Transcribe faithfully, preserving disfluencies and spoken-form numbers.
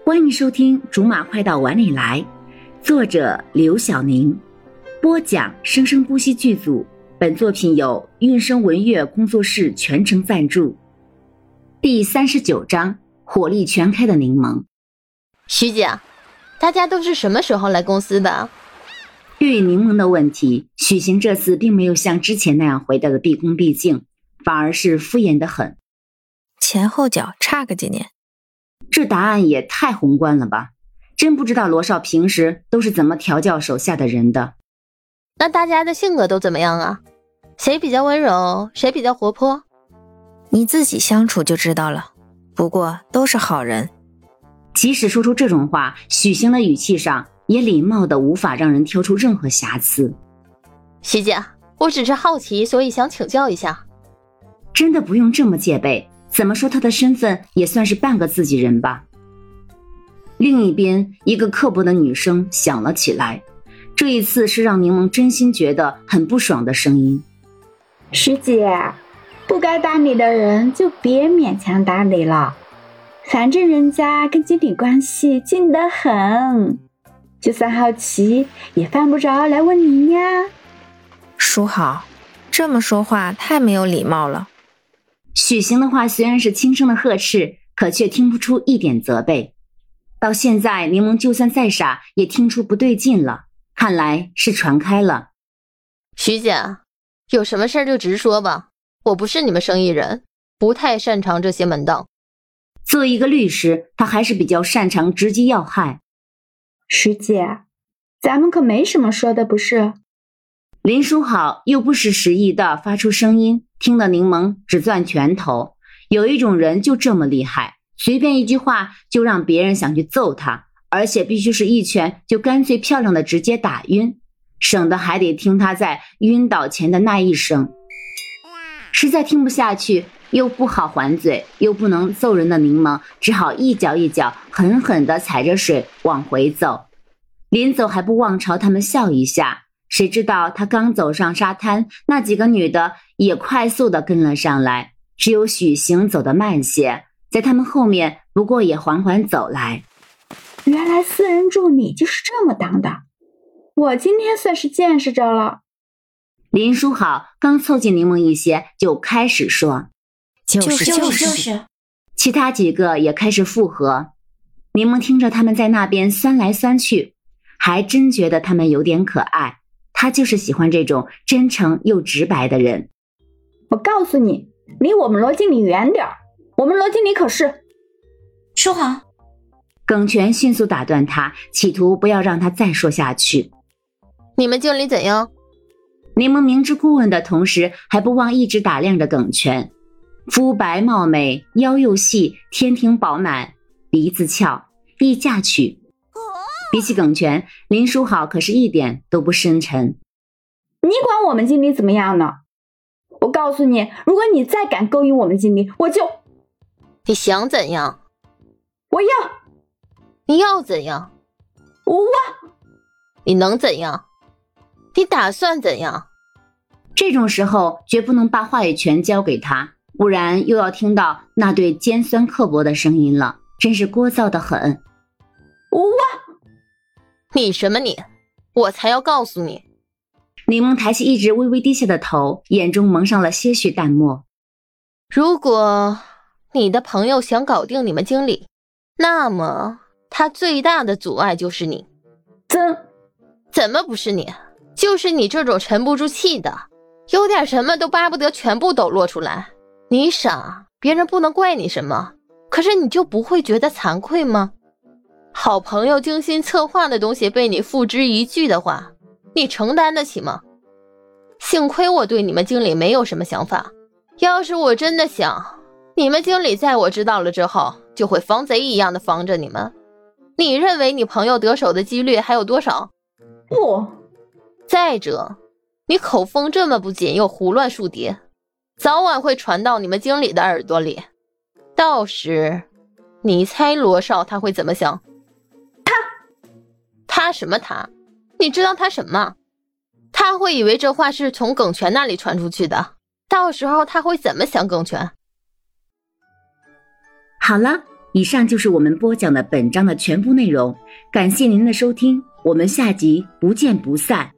欢迎收听《竹马快到碗里来》，作者刘晓宁，播讲生生不息剧组。本作品由韵声文乐工作室全程赞助。第三十九章，火力全开的柠檬。 徐姐，大家都是什么时候来公司的？ 对于柠檬的问题，许晴这次并没有像之前那样回答的毕恭毕敬，反而是敷衍得很。 前后脚差个几年。 这答案也太宏观了吧，真不知道罗少平时都是怎么调教手下的人的。 那大家的性格都怎么样啊？谁比较温柔，谁比较活泼？ 你自己相处就知道了，不过都是好人。 即使说出这种话，许晴的语气上也礼貌的无法让人挑出任何瑕疵。 徐姐，我只是好奇，所以想请教一下。 真的不用这么戒备，怎么说他的身份也算是半个自己人吧。另一边，一个刻薄的女声响了起来，这一次是让柠檬真心觉得很不爽的声音。 师姐，不该搭理的人就别勉强搭理了，反正人家跟经理关系近得很，就算好奇也犯不着来问你呀。 叔好，这么说话太没有礼貌了。 许晴的话虽然是轻声的呵斥，可却听不出一点责备。到现在柠檬就算再傻也听出不对劲了，看来是传开了。 徐姐，有什么事儿就直说吧，我不是你们生意人，不太擅长这些门道。 作为一个律师，他还是比较擅长直击要害。 师姐，咱们可没什么说的不是？ 林书豪又不失时宜地发出声音，听得柠檬只攥拳头。有一种人就这么厉害，随便一句话就让别人想去揍他，而且必须是一拳就干脆漂亮的直接打晕，省得还得听他在晕倒前的那一声。实在听不下去，又不好还嘴，又不能揍人的柠檬，只好一脚一脚狠狠地踩着水往回走。临走还不忘朝他们笑一下，谁知道他刚走上沙滩，那几个女的也快速地跟了上来，只有许晴走得慢些，在他们后面不过也缓缓走来。 原来私人助理就是这么当的，我今天算是见识着了。 林书豪刚凑近柠檬一些，就开始说就是就是就是其他几个也开始附和。柠檬听着他们在那边酸来酸去，还真觉得他们有点可爱，他就是喜欢这种真诚又直白的人。 我告诉你，离我们罗经理远点儿，我们罗经理可是…… 书豪， 耿泉迅速打断他，企图不要让他再说下去。 你们经理怎样？ 柠檬明知故问的同时，还不忘一直打量着耿泉。肤白貌美，腰又细，天庭饱满，鼻子翘，易嫁娶。比起耿泉，林书豪可是一点都不深沉。 你管我们经理怎么样呢？我告诉你，如果你再敢勾引我们经理，我就…… 你想怎样？ 我要…… 你要怎样？ 我…… 你能怎样？你打算怎样？ 这种时候绝不能把话语权交给他，不然又要听到那对尖酸刻薄的声音了，真是聒噪得很。 我…… 你什么你？我才要告诉你。 柠檬抬起一直微微低下的头，眼中蒙上了些许淡漠。 如果你的朋友想搞定你们经理，那么他最大的阻碍就是你。 怎…… 怎么不是你？就是你这种沉不住气的，有点什么都巴不得全部抖落出来。你傻，别人不能怪你什么，可是你就不会觉得惭愧吗？好朋友精心策划的东西被你付之一炬的话，你承担得起吗？幸亏我对你们经理没有什么想法，要是我真的想，你们经理在我知道了之后就会防贼一样的防着你们。你认为你朋友得手的几率还有多少？ 不。 再者，你口风这么不紧又胡乱树敌，早晚会传到你们经理的耳朵里，到时你猜罗少他会怎么想？ 他他什么他？你知道他什么？他会以为这话是从耿泉那里传出去的，到时候他会怎么想耿泉？ 好了， 以上就是我们播讲的本章的全部内容，感谢您的收听，我们下集不见不散。